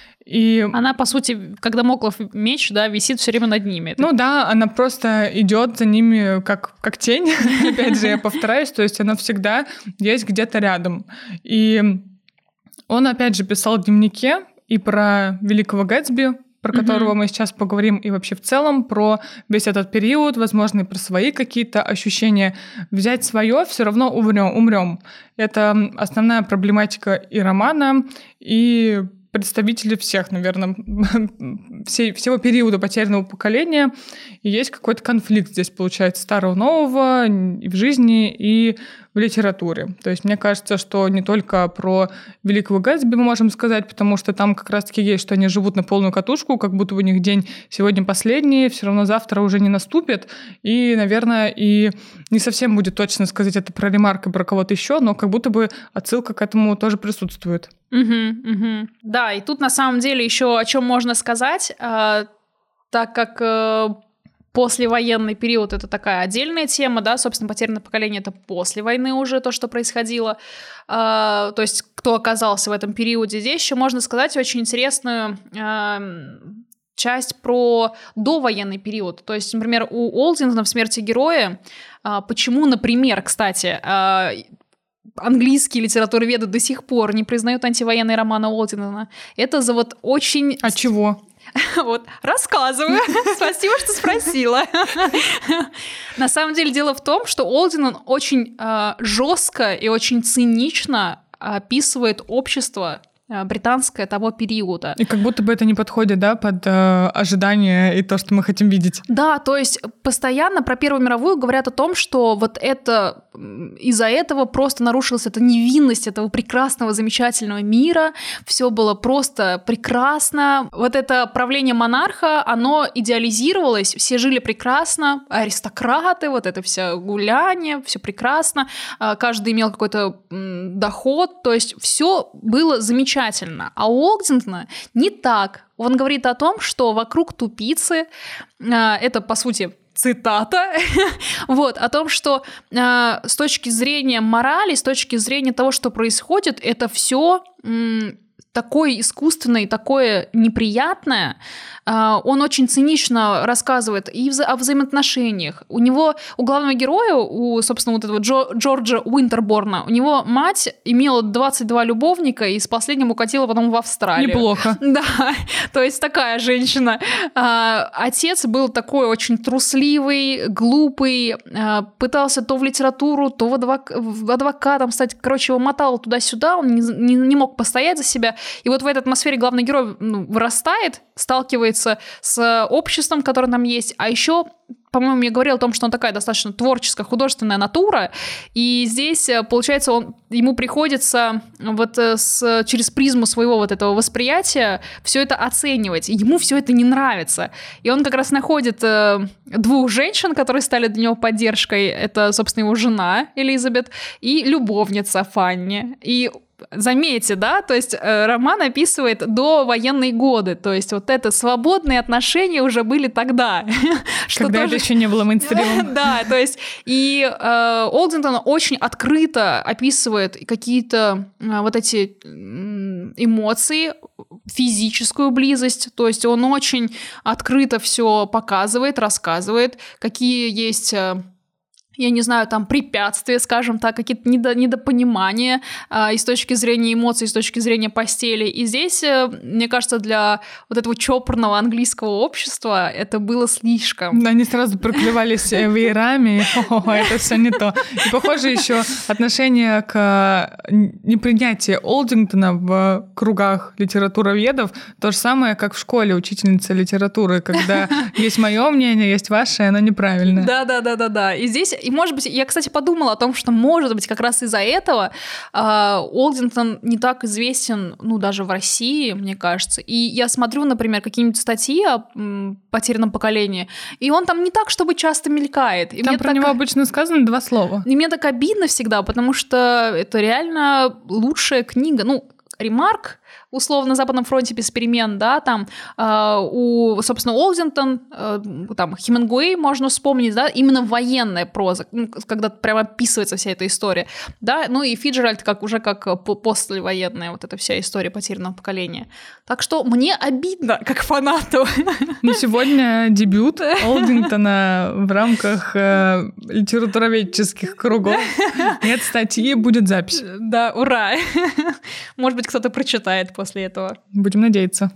И она, по сути, как дамоклов меч, да, висит все время над ними. Ну да, она просто идет за ними как тень, опять же, я повторяюсь, то есть она всегда есть где-то рядом. И он, опять же, писал в дневнике и про Великого Гэтсби, про которого мы сейчас поговорим, и вообще в целом про весь этот период, возможно, и про свои какие-то ощущения. Взять свое, все равно умрем. Это основная проблематика и романа, и представители всех, наверное, всего периода потерянного поколения. И есть какой-то конфликт здесь, получается, старого-нового и в жизни, и в литературе. То есть мне кажется, что не только про Великого Гэтсби мы можем сказать, потому что там как раз-таки есть, что они живут на полную катушку, как будто у них день сегодня последний, все равно завтра уже не наступит. И, наверное, и не совсем будет точно сказать это про Ремарка, про кого-то еще, но как будто бы отсылка к этому тоже присутствует. Да, и тут на самом деле еще о чем можно сказать, так как послевоенный период — это такая отдельная тема, да, собственно, потерянное поколение — это после войны уже то, что происходило, то есть кто оказался в этом периоде. Здесь еще можно сказать очень интересную часть про довоенный период. То есть, например, у Олдингтона в «Смерти героя», почему, например, кстати, английские литературоведы до сих пор не признают антивоенные романы Олдингтона, это за вот очень... А чего? Вот, рассказываю. Спасибо, что спросила. На самом деле дело в том, что Олдинон очень жестко и очень цинично описывает общество британское того периода. И как будто бы это не подходит, да, под ожидания и то, что мы хотим видеть. Да, то есть постоянно про Первую мировую говорят о том, что вот это из-за этого просто нарушилась эта невинность этого прекрасного, замечательного мира, все было просто прекрасно. Вот это правление монарха, оно идеализировалось, все жили прекрасно, аристократы, вот это все гуляние, все прекрасно, каждый имел какой-то доход, то есть все было замечательно. А у Олдингтона не так. Он говорит о том, что вокруг тупицы, это, по сути, цитата, вот, о том, что с точки зрения морали, с точки зрения того, что происходит, это все такое искусственное и такое неприятное. Он очень цинично рассказывает и о взаимоотношениях. У главного героя, собственно, вот этого Джорджа Уинтерборна, у него мать имела 22 любовника и с последним укатила потом в Австралию. Неплохо. Да, то есть такая женщина. Отец был такой очень трусливый, глупый, пытался то в литературу, то в адвокатом стать. Короче, его мотало туда-сюда, он не мог постоять за себя. И вот в этой атмосфере главный герой вырастает, сталкивается с обществом, которое там есть, а еще, по-моему, я говорила о том, что он такая достаточно творческая, художественная натура, и здесь, получается, ему приходится вот через призму своего вот этого восприятия все это оценивать, и ему все это не нравится. И он как раз находит двух женщин, которые стали для него поддержкой, это, собственно, его жена Элизабет и любовница Фанни, и заметьте, да, то есть роман описывает довоенные годы, то есть вот это свободные отношения уже были тогда. Когда это еще не было мейнстримом. Да, то есть и Олдингтон очень открыто описывает какие-то вот эти эмоции, физическую близость, то есть он очень открыто все показывает, рассказывает, какие есть... я не знаю, там препятствия, скажем так, какие-то недопонимания и с точки зрения эмоций, и с точки зрения постели. И здесь, мне кажется, для вот этого чопорного английского общества это было слишком. Они сразу проклевались веерами, это все не то. И, похоже, еще отношение к непринятию Олдингтона в кругах литературоведов то же самое, как в школе учительница литературы, когда есть мое мнение, есть ваше, и оно неправильное. Да. И здесь... И, может быть, я, кстати, подумала о том, что, может быть, как раз из-за этого Олдингтон не так известен, ну, даже в России, мне кажется. И я смотрю, например, какие-нибудь статьи о потерянном поколении, и он там не так, чтобы часто мелькает. И там про него обычно сказано 2 слова. И мне так обидно всегда, потому что это реально лучшая книга. Ну, Ремарк, условно, на Западном фронте без перемен, да, там собственно, Олдингтон, там Хемингуэй можно вспомнить, да, именно военная проза, когда прямо описывается вся эта история, да, ну и Фиджеральд как послевоенная вот эта вся история потерянного поколения. Так что мне обидно, как фанату. Ну, сегодня дебют Олдингтона в рамках литературоведческих кругов. Нет статьи, будет запись. Да, ура! Может быть, кто-то прочитает после этого. Будем надеяться.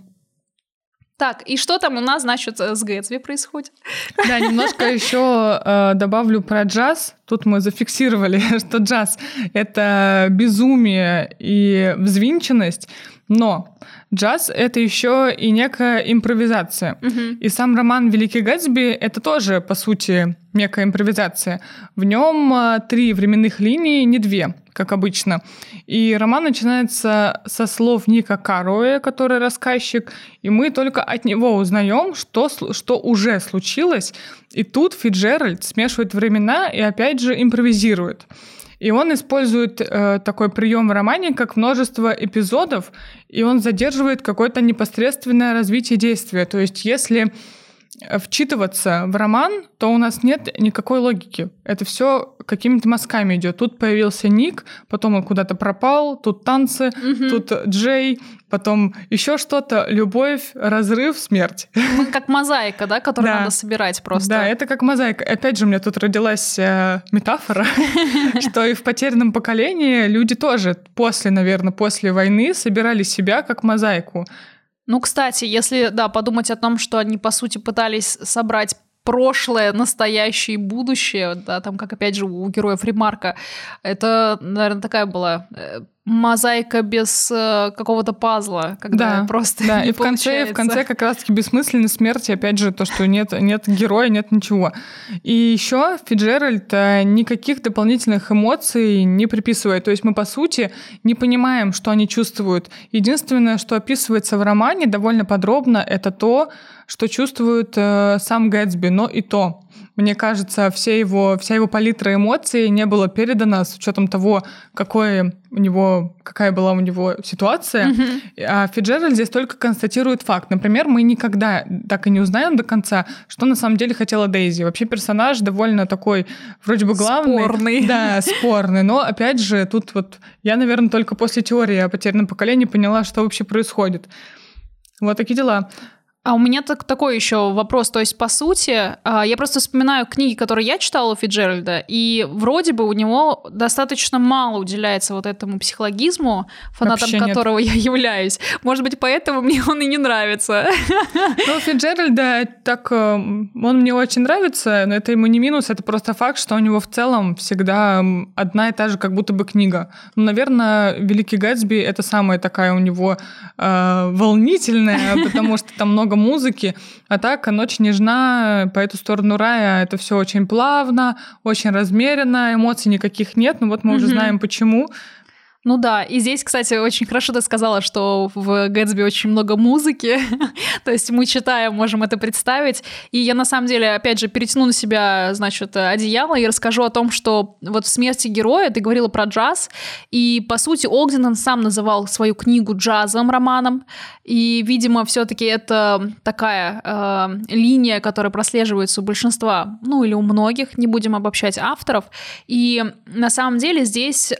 Так, и что там у нас, значит, с Гэтсби происходит? Да, немножко еще добавлю про джаз. Тут мы зафиксировали, что джаз — это безумие и взвинченность, но джаз — это еще и некая импровизация. И сам роман «Великий Гэтсби» — это тоже, по сути, некая импровизация. В нем 3 временных линии, не 2, как обычно. И роман начинается со слов Ника Карроуэя, который рассказчик, и мы только от него узнаем, что уже случилось. И тут Фицджеральд смешивает времена и опять же импровизирует. И он использует такой прием в романе, как множество эпизодов, и он задерживает какое-то непосредственное развитие действия. То есть если вчитываться в роман, то у нас нет никакой логики. Это все какими-то мазками идет. Тут появился Ник, потом он куда-то пропал, тут танцы, тут Джей, потом еще что-то, любовь, разрыв, смерть. Ну, как мозаика, да, которую надо собирать просто. Да, это как мозаика. Опять же, у меня тут родилась метафора, что и в «Потерянном поколении» люди тоже после войны собирали себя как мозаику. Ну, кстати, если, да, подумать о том, что они, по сути, пытались собрать прошлое, настоящее и будущее, да, там, как, опять же, у героев Ремарка, это, наверное, такая была мозаика без какого-то пазла, когда просто да, не и в конце как раз-таки бессмысленной смерти, опять же, то, что нет героя, нет ничего. И еще Фицджеральд никаких дополнительных эмоций не приписывает. То есть мы, по сути, не понимаем, что они чувствуют. Единственное, что описывается в романе довольно подробно, это то, что чувствует сам Гэтсби, но и то. Мне кажется, вся его палитра эмоций не была передана с учетом того, какая была у него ситуация. Mm-hmm. А Фицджеральд здесь только констатирует факт. Например, мы никогда так и не узнаем до конца, что на самом деле хотела Дейзи. Вообще персонаж довольно такой, вроде бы главный. Спорный. Да, спорный. Но, опять же, тут вот я, наверное, только после теории о потерянном поколении поняла, что вообще происходит. Вот такие дела. А у меня такой еще вопрос. То есть, по сути, я просто вспоминаю книги, которые я читала у Фицджеральда, и вроде бы у него достаточно мало уделяется вот этому психологизму, фанатом которого я являюсь. Может быть, поэтому мне он и не нравится. Ну, Фицджеральда он мне очень нравится, но это ему не минус, это просто факт, что у него в целом всегда одна и та же как будто бы книга. Ну, наверное, «Великий Гэтсби» — это самая такая у него волнительная, потому что там много музыки, а так «Ночь нежна», «По эту сторону рая» — это все очень плавно, очень размеренно, эмоций никаких нет, но вот мы уже знаем почему. Ну да, и здесь, кстати, очень хорошо ты сказала, что в Гэтсби очень много музыки, то есть мы читаем, можем это представить, и я на самом деле, опять же, перетяну на себя, значит, одеяло и расскажу о том, что вот в «Смерти героя» ты говорила про джаз, и, по сути, Олдингтон сам называл свою книгу джазовым романом, и, видимо, все-таки это такая линия, которая прослеживается у большинства, ну или у многих, не будем обобщать, авторов, и на самом деле здесь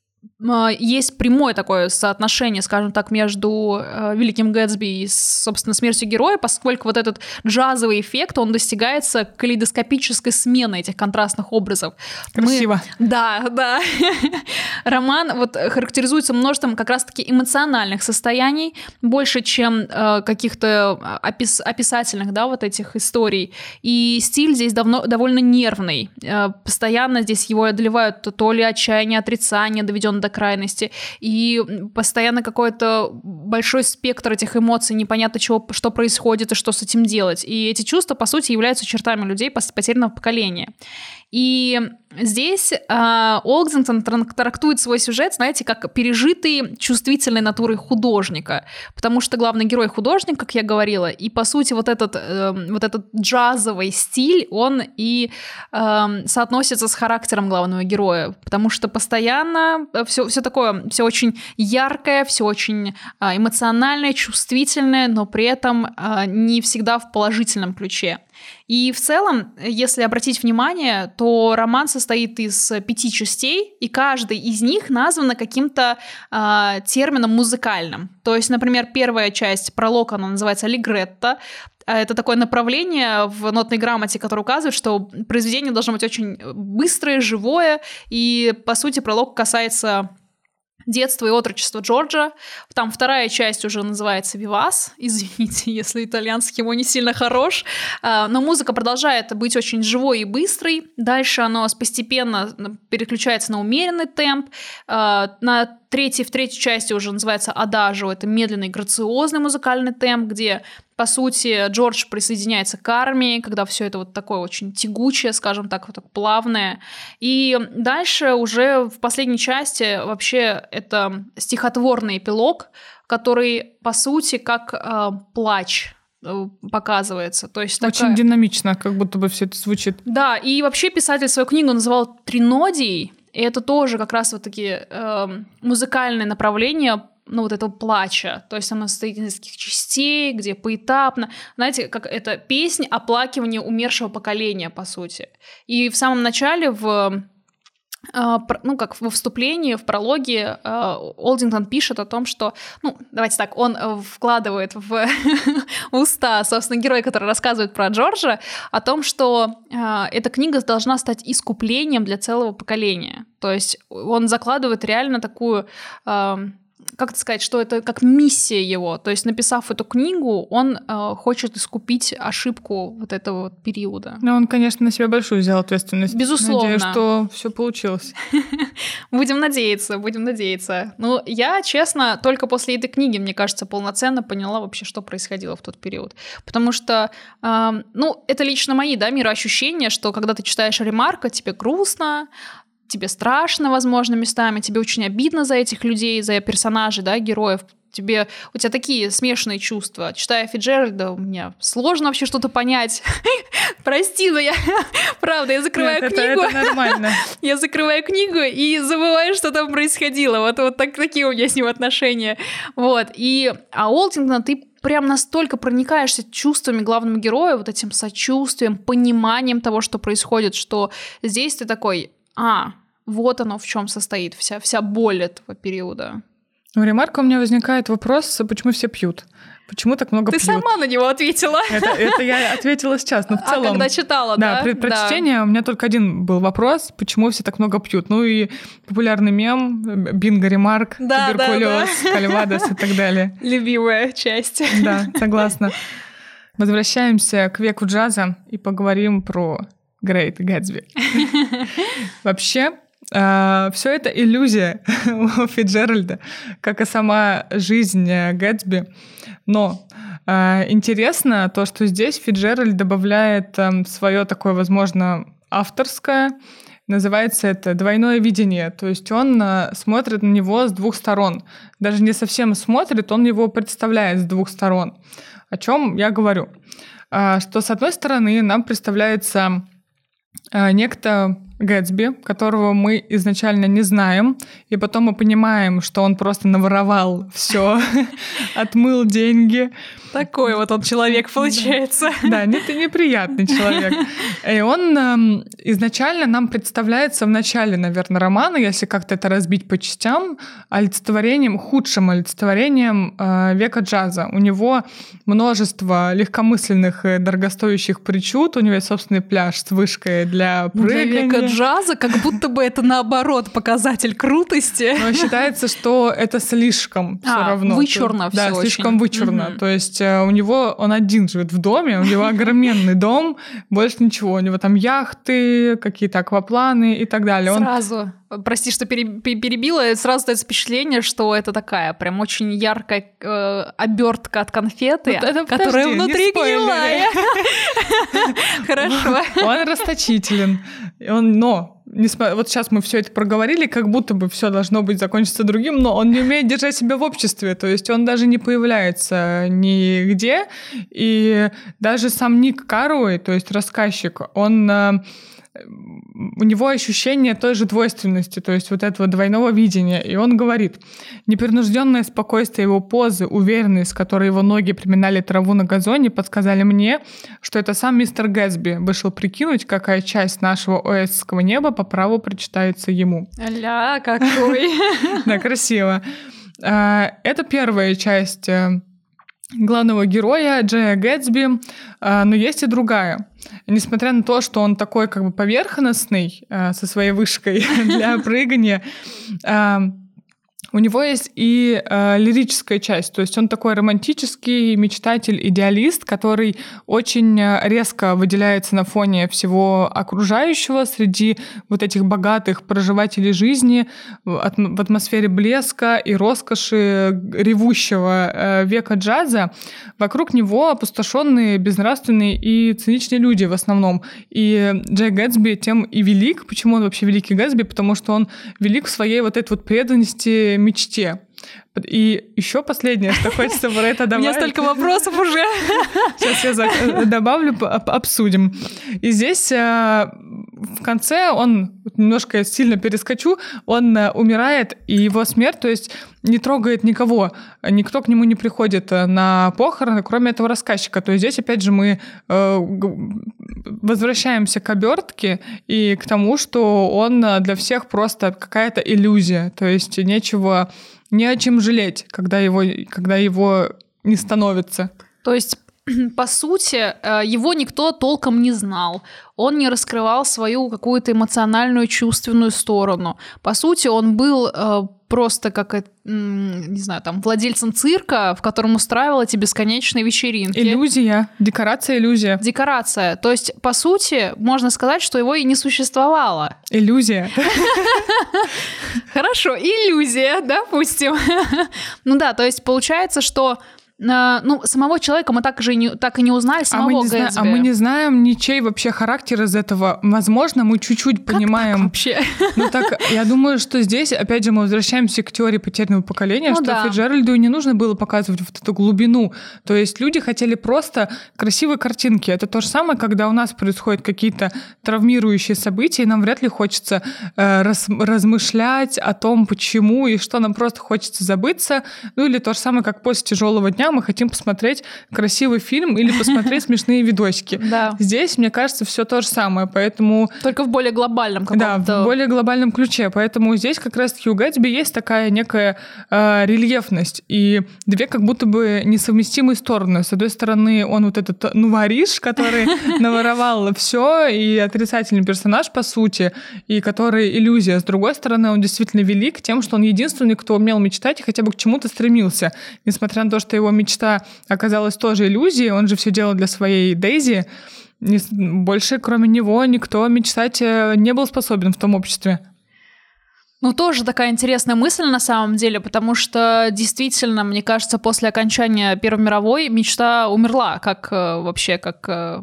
есть прямое такое соотношение, скажем так, между «Великим Гэтсби» и, собственно, «Смертью героя», поскольку вот этот джазовый эффект, он достигается калейдоскопической сменой этих контрастных образов. Красиво. Да. Роман вот характеризуется множеством как раз-таки эмоциональных состояний, больше, чем каких-то описательных, да, вот этих историй. И стиль здесь довольно нервный. Постоянно здесь его одолевают то ли отчаяние, отрицание, доведен до крайности, и постоянно какой-то большой спектр этих эмоций, непонятно что происходит и что с этим делать. И эти чувства, по сути, являются чертами людей потерянного поколения. И здесь Олдингтон трактует свой сюжет, знаете, как пережитый чувствительной натурой художника, потому что главный герой художник, как я говорила, и, по сути, вот этот джазовый стиль, он и соотносится с характером главного героя, потому что постоянно все такое, все очень яркое, все очень эмоциональное, чувствительное, но при этом не всегда в положительном ключе. И в целом, если обратить внимание, то роман состоит из 5 частей, и каждый из них названа каким-то термином музыкальным. То есть, например, первая часть, пролог, она называется «Аллегретто». Это такое направление в нотной грамоте, которое указывает, что произведение должно быть очень быстрое, живое, и, по сути, пролог касается детства и отрочества Джорджа. Там вторая часть уже называется «Вивас». Извините, если итальянский его не сильно хорош. Но музыка продолжает быть очень живой и быстрой. Дальше она постепенно переключается на умеренный темп. В третьей части уже называется «Адажио». Это медленный, грациозный музыкальный темп, где, по сути, Джордж присоединяется к армии, когда все это вот такое очень тягучее, скажем так, вот так плавное. И дальше уже в последней части вообще это стихотворный эпилог, который, по сути, как плач показывается. То есть очень динамично, как будто бы все это звучит. Да, и вообще писатель свою книгу называл «Тринодией», и это тоже как раз вот такие музыкальные направления, ну, вот этого плача. То есть оно состоит из нескольких частей, где поэтапно. Знаете, как это песня оплакивания умершего поколения, по сути. И в самом начале во вступлении, в прологе Олдингтон пишет о том, что, давайте так, он вкладывает в уста, собственно, героя, который рассказывает про Джорджа, о том, что эта книга должна стать искуплением для целого поколения. То есть он закладывает реально такую как это сказать, что это как миссия его. То есть, написав эту книгу, он хочет искупить ошибку вот этого вот периода. Ну, он, конечно, на себя большую взял ответственность. Безусловно. Надеюсь, что все получилось. Будем надеяться. Ну, я, честно, только после этой книги, мне кажется, полноценно поняла вообще, что происходило в тот период. Потому что, это лично мои, мироощущения, что когда ты читаешь Ремарка, тебе грустно, тебе страшно, возможно, местами, тебе очень обидно за этих людей, за персонажей, героев. У тебя такие смешанные чувства. Читая Фицджеральда, у меня сложно вообще что-то понять. Прости, но правда, я закрываю книгу. Это нормально. Я закрываю книгу и забываю, что там происходило. Вот такие у меня с ним отношения. А Уолтингтона ты прям настолько проникаешься чувствами главного героя, вот этим сочувствием, пониманием того, что происходит, что здесь ты такой... вот оно в чем состоит вся боль этого периода. У Ремарка у меня возникает вопрос, почему все пьют? Почему так много пьют? Ты сама на него ответила. Это я ответила сейчас, но в целом... когда читала, да? Да, при чтении у меня только один был вопрос, почему все так много пьют. Ну и популярный мем, бинго, Ремарк, туберкулез, кальвадос и так далее. Любимая часть. Да, согласна. Возвращаемся к веку джаза и поговорим про Great Gatsby. Вообще, все это иллюзия у Фицджеральда, как и сама жизнь Гэтсби. Но интересно то, что здесь Фицджеральд добавляет свое такое, возможно, авторское. Называется это «двойное видение». То есть он смотрит на него с двух сторон. Даже не совсем смотрит, он его представляет с двух сторон. О чем я говорю? Что, с одной стороны, нам представляется некто Гэтсби, которого мы изначально не знаем, и потом мы понимаем, что он просто наворовал все, отмыл деньги. Такой вот он человек получается. Да, это неприятный человек. И он изначально нам представляется в начале, наверное, романа, если как-то это разбить по частям, худшим олицетворением века джаза. У него множество легкомысленных и дорогостоящих причуд, у него есть собственный пляж с вышкой для прыгания. Для века джаза как будто бы это наоборот показатель крутости. Но считается, что это слишком все равно. Вычурно все. Да, слишком вычурно. То есть у него он один живет в доме, у него огроменный дом, больше ничего. У него там яхты, какие-то аквапланы и так далее. Сразу. Прости, что перебила, сразу дается впечатление, что это такая прям очень яркая обертка от конфеты, которая внутри гнилая. Хорошо. Он расточителен. Но вот сейчас мы все это проговорили, как будто бы все должно быть закончиться другим, но он не умеет держать себя в обществе, то есть он даже не появляется нигде, и даже сам Ник Каруэй, то есть рассказчик, у него ощущение той же двойственности, то есть вот этого двойного видения. И он говорит, непринужденное спокойствие его позы, уверенность, с которой его ноги приминали траву на газоне, подсказали мне, что это сам мистер Гэтсби вышел прикинуть, какая часть нашего оэсского неба по праву причитается ему. Ля, какой! Да, красиво. Это первая часть главного героя Джея Гэтсби, но есть и другая. Несмотря на то, что он такой как бы поверхностный со своей вышкой для прыгания, у него есть и лирическая часть, то есть он такой романтический мечтатель, идеалист, который очень резко выделяется на фоне всего окружающего среди вот этих богатых проживателей жизни в атмосфере блеска и роскоши ревущего века джаза. Вокруг него опустошенные, безнравственные и циничные люди в основном. И Джей Гэтсби тем и велик. Почему он вообще великий Гэтсби? Потому что он велик в своей вот этой вот преданности мечте. И еще последнее, что хочется про это добавить. У меня столько вопросов уже. Сейчас я добавлю, обсудим. И здесь в конце он, немножко сильно перескочу, он умирает, и его смерть, то есть не трогает никого, никто к нему не приходит на похороны, кроме этого рассказчика. То есть здесь, опять же, мы возвращаемся к обертке и к тому, что он для всех просто какая-то иллюзия, то есть не о чем жалеть, когда его не становится. То есть, по сути, его никто толком не знал. Он не раскрывал свою какую-то эмоциональную, чувственную сторону. По сути, он был просто как, не знаю, там, владельцем цирка, в котором устраивал эти бесконечные вечеринки. Иллюзия. Декорация, иллюзия. Декорация. То есть, по сути, можно сказать, что его и не существовало. Иллюзия. Хорошо, иллюзия, допустим. Ну да, то есть получается, что самого человека мы так и не узнали, самого Гэтсби. А мы не знаем ничей вообще характер из этого. Возможно, мы чуть-чуть понимаем. Так вообще? Ну так, я думаю, что здесь, опять же, мы возвращаемся к теории потерянного поколения, что да. Фицджеральду не нужно было показывать вот эту глубину. То есть люди хотели просто красивые картинки. Это то же самое, когда у нас происходят какие-то травмирующие события, и нам вряд ли хочется размышлять о том, почему и что, нам просто хочется забыться. Ну или то же самое, как после тяжелого дня мы хотим посмотреть красивый фильм или посмотреть смешные видосики. Да. Здесь, мне кажется, все то же самое, поэтому... Только в более глобальном каком-то... Да, в более глобальном ключе. Поэтому здесь как раз-таки у Гэтсби есть такая некая рельефность и две как будто бы несовместимые стороны. С одной стороны, он вот этот воришь, который наворовал все, и отрицательный персонаж, по сути, и который иллюзия. С другой стороны, он действительно велик тем, что он единственный, кто умел мечтать и хотя бы к чему-то стремился. Несмотря на то, что его мечта оказалась тоже иллюзией, он же все делал для своей Дейзи. Больше, кроме него, никто мечтать не был способен в том обществе. Ну, тоже такая интересная мысль на самом деле, потому что действительно, мне кажется, после окончания Первой мировой мечта умерла, как вообще, как...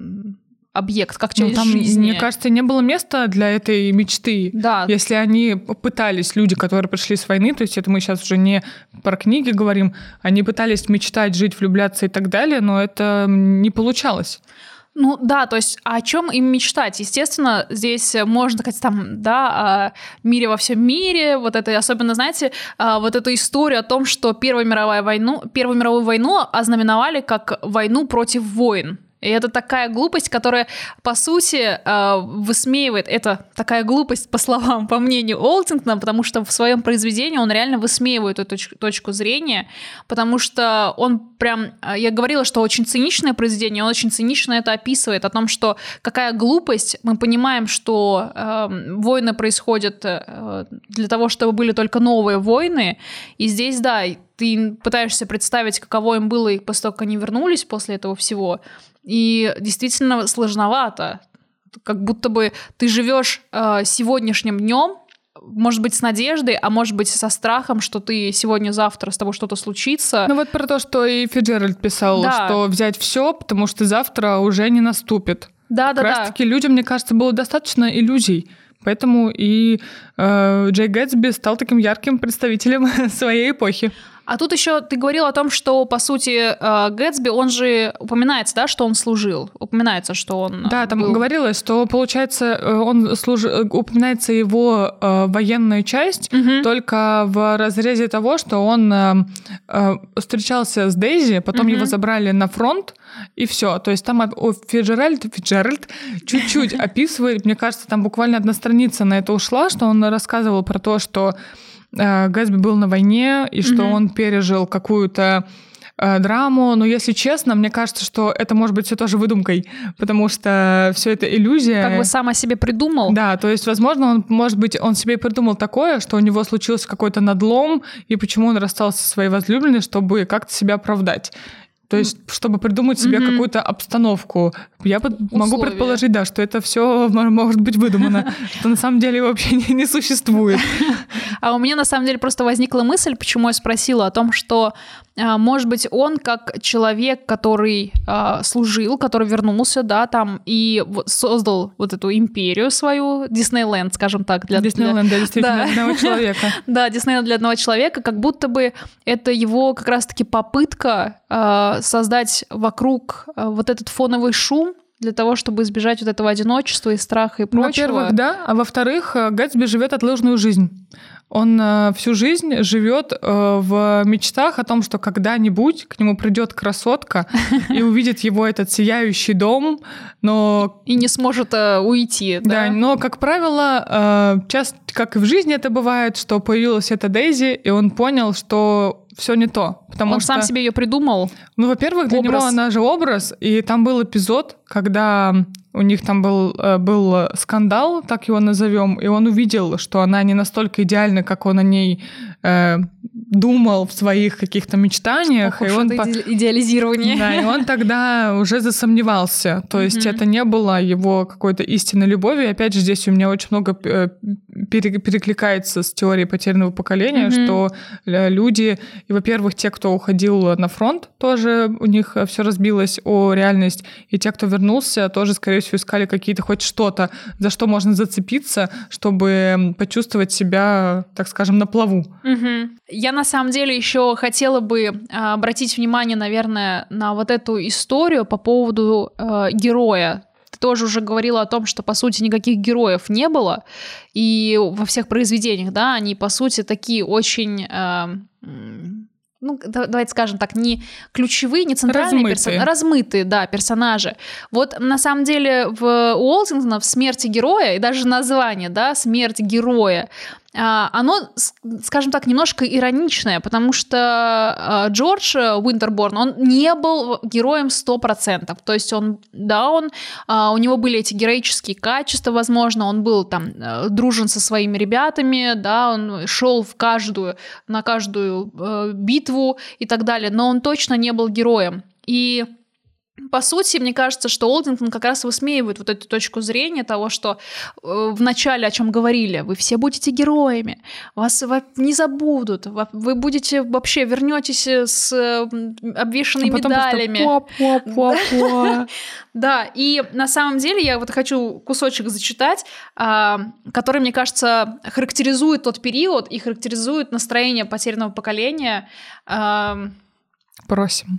объект, как часть жизни. Мне кажется, не было места для этой мечты. Да. Если они пытались, люди, которые пришли с войны, то есть это мы сейчас уже не про книги говорим, они пытались мечтать, жить, влюбляться и так далее, но это не получалось. Ну да, то есть о чем им мечтать? Естественно, здесь можно сказать там, да, о мире во всем мире, вот это, особенно, знаете, вот эту историю о том, что Первую мировую войну ознаменовали как войну против войн. И это такая глупость, которая, по сути, высмеивает... Это такая глупость, по мнению Олтингтона, потому что в своем произведении он реально высмеивает эту точку зрения, потому что он прям... Я говорила, что очень циничное произведение, он очень цинично это описывает, о том, что какая глупость. Мы понимаем, что войны происходят для того, чтобы были только новые войны, и здесь, да, ты пытаешься представить, каково им было после того, как они вернулись после этого всего. И действительно сложновато. Как будто бы ты живешь сегодняшним днем, может быть, с надеждой, а может быть, со страхом, что ты сегодня-завтра с тобой что-то случится. Ну вот про то, что и Фицджеральд писал, да. Что взять все, потому что завтра уже не наступит. Да. Как раз-таки людям, мне кажется, было достаточно иллюзий. Поэтому и Джей Гэтсби стал таким ярким представителем своей эпохи. А тут еще ты говорил о том, что, по сути, Гэтсби, он же упоминается, да, что он служил. Упоминается, что он Да, там был... говорилось, что, получается, упоминается его военная часть только в разрезе того, что он встречался с Дейзи, потом его забрали на фронт, и все. То есть там Фицджеральд чуть-чуть описывает, мне кажется, там буквально одна страница на это ушла, что он рассказывал про то, что Гэтсби был на войне, и что он пережил какую-то драму. Но, если честно, мне кажется, что это может быть все тоже выдумкой, потому что все это иллюзия. Как бы сам о себе придумал. Да, то есть, возможно, он себе придумал такое, что у него случился какой-то надлом, и почему он расстался со своей возлюбленной, чтобы как-то себя оправдать. То есть, чтобы придумать себе какую-то обстановку. Я могу предположить, да, что это все может быть выдумано, что на самом деле вообще не существует. А у меня на самом деле просто возникла мысль, почему я спросила о том, что, может быть, он как человек, который служил, который вернулся, да, там, и создал вот эту империю свою, Диснейленд, скажем так. Диснейленд, да, действительно, для одного человека. Да, Диснейленд для одного человека, как будто бы это его как раз-таки попытка создать вокруг вот этот фоновый шум для того, чтобы избежать вот этого одиночества и страха и прочего. Во-первых, да, а во-вторых, Гэтсби живет отложенную жизнь. Он всю жизнь живет в мечтах о том, что когда-нибудь к нему придет красотка и увидит его этот сияющий дом, но... И не сможет уйти. Да, но, как правило, часто, как и в жизни это бывает, что появилась эта Дейзи, и он понял, что все не то. Он сам себе ее придумал. Ну, во-первых, для него она же образ, и там был эпизод, когда у них там был скандал, так его назовем, и он увидел, что она не настолько идеальна, как он о ней думал в своих каких-то мечтаниях. Ох, и он идеализирование. Да, и он тогда уже засомневался. То есть это не было его какой-то истинной любовью. И опять же, здесь у меня очень много перекликается с теорией потерянного поколения, что люди, и, во-первых, те, кто уходил на фронт, тоже у них все разбилось о реальность, и те, кто вернулся, тоже, скорее всего, искали какие-то хоть что-то, за что можно зацепиться, чтобы почувствовать себя, так скажем, на плаву. Я на самом деле еще хотела бы обратить внимание, наверное, на вот эту историю по поводу героя. Ты тоже уже говорила о том, что, по сути, никаких героев не было, и во всех произведениях, да, они, по сути, такие очень... ну, давайте скажем так, не ключевые, не центральные персонажи, размытые, да, персонажи. Вот на самом деле у Уолтингтона в «Смерти героя», и даже название, да, «Смерть героя», оно, скажем так, немножко ироничное, потому что Джордж Уинтерборн, он не был героем 100%. То есть у него были эти героические качества, возможно, он был там дружен со своими ребятами, да, он шел на каждую битву и так далее, но он точно не был героем. И по сути, мне кажется, что Олдингтон как раз высмеивает вот эту точку зрения того, что в начале, о чем говорили, вы все будете героями, вас не забудут, вы будете вообще, вернетесь с обвешанными медалями. Да, и на самом деле я вот хочу кусочек зачитать, который, мне кажется, характеризует тот период и характеризует настроение потерянного поколения. Просим.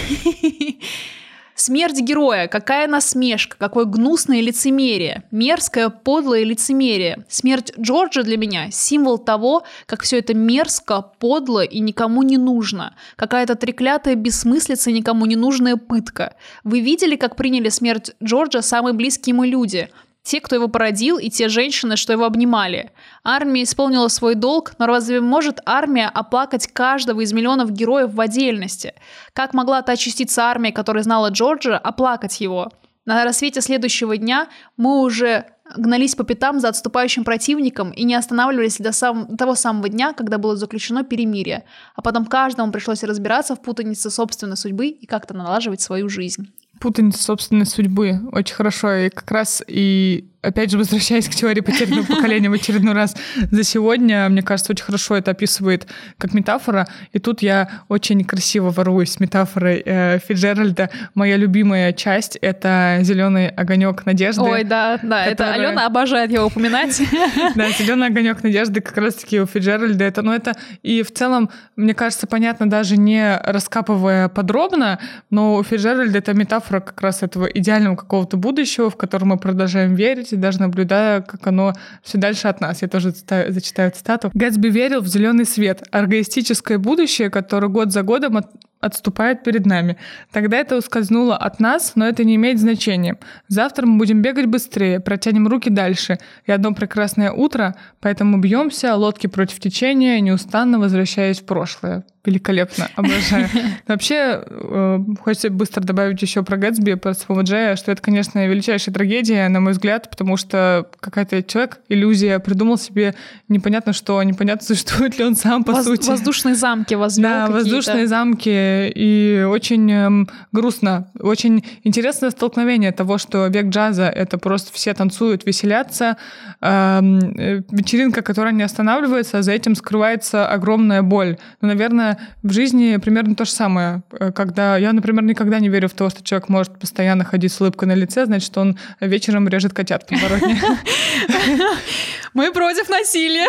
«Смерть героя, какая насмешка, какое гнусное лицемерие, мерзкое, подлое лицемерие. Смерть Джорджа для меня – символ того, как все это мерзко, подло и никому не нужно. Какая-то треклятая бессмыслица и никому не нужная пытка. Вы видели, как приняли смерть Джорджа самые близкие ему люди? Те, кто его породил, и те женщины, что его обнимали. Армия исполнила свой долг, но разве может армия оплакать каждого из миллионов героев в отдельности? Как могла та частица армии, которая знала Джорджа, оплакать его? На рассвете следующего дня мы уже гнались по пятам за отступающим противником и не останавливались до того самого дня, когда было заключено перемирие. А потом каждому пришлось разбираться в путанице собственной судьбы и как-то налаживать свою жизнь». Путаница собственной судьбы. Очень хорошо. И как раз, и опять же, возвращаясь к теории потерянного поколения в очередной раз за сегодня, мне кажется, очень хорошо это описывает как метафора. И тут я очень красиво воруюсь с метафорой Фицджеральда. Моя любимая часть — это зеленый огонек надежды. Ой, да, это Алена обожает его упоминать. Да, зеленый огонек надежды как раз-таки у Фицджеральда. Это и в целом, мне кажется, понятно, даже не раскапывая подробно, но у Фицджеральда это метафора как раз этого идеального какого-то будущего, в котором мы продолжаем верить, и даже наблюдая, как оно все дальше от нас. Я тоже зачитаю цитату. «Гэтсби верил в зеленый свет, аргоистическое будущее, которое год за годом отступает перед нами. Тогда это ускользнуло от нас, но это не имеет значения. Завтра мы будем бегать быстрее, протянем руки дальше. И одно прекрасное утро, поэтому бьемся, лодки против течения, неустанно возвращаясь в прошлое». Великолепно, обожаю. Вообще, хочется быстро добавить еще про Гэтсби, про самого Джея, что это, конечно, величайшая трагедия, на мой взгляд, потому что какой-то человек, иллюзия, придумал себе непонятно что, непонятно, существует ли он сам, по сути. Воздушные замки возвел Да, какие-то. воздушные замки, и очень грустно. Очень интересное столкновение того, что век джаза — это просто все танцуют, веселятся, вечеринка, которая не останавливается, а за этим скрывается огромная боль. Но, наверное, в жизни примерно то же самое. Когда я, например, никогда не верю в то, что человек может постоянно ходить с улыбкой на лице, значит, он вечером режет котят в подворотне. Мы против насилия.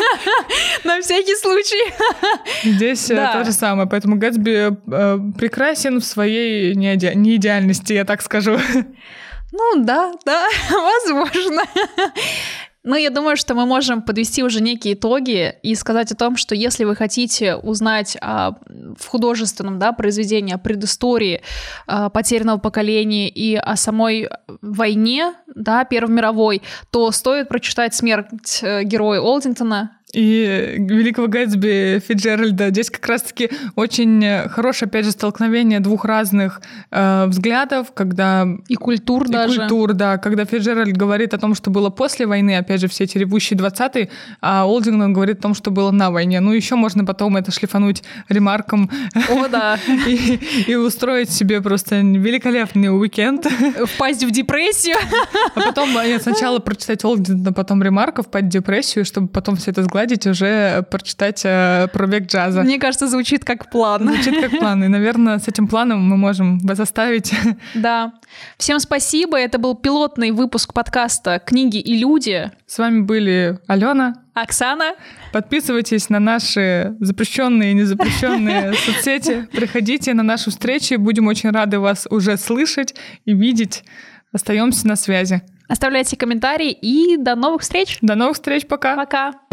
На всякий случай. Здесь то же самое. Поэтому Гэтсби прекрасен в своей неидеальности, я так скажу. Ну да, возможно. Ну, я думаю, что мы можем подвести уже некие итоги и сказать о том, что если вы хотите узнать в художественном произведении о предыстории потерянного поколения и о самой войне, Первой мировой, то стоит прочитать «Смерть героя» Олдингтона. и Великого Гэтсби Фицджеральда. Здесь как раз-таки очень хорошее, опять же, столкновение двух разных взглядов, когда... И культур даже. Культур, да. Когда Фицджеральд говорит о том, что было после войны, опять же, все эти ревущие 20-е, а Олдингтон говорит о том, что было на войне. Ну, еще можно потом это шлифануть ремарком. О, да. И устроить себе просто великолепный уикенд. Впасть в депрессию. А потом сначала прочитать Олдингтона, потом ремарков, впасть в депрессию, чтобы потом все это сгладить, уже прочитать про век джаза. Мне кажется, звучит как план. Звучит как план. И, наверное, с этим планом мы можем вас оставить. Да. Всем спасибо. Это был пилотный выпуск подкаста «Книги и люди». С вами были Алена, Оксана. Подписывайтесь на наши запрещенные и незапрещенные соцсети. Приходите на наши встречи. Будем очень рады вас уже слышать и видеть. Остаемся на связи. Оставляйте комментарии и до новых встреч. До новых встреч. Пока. Пока.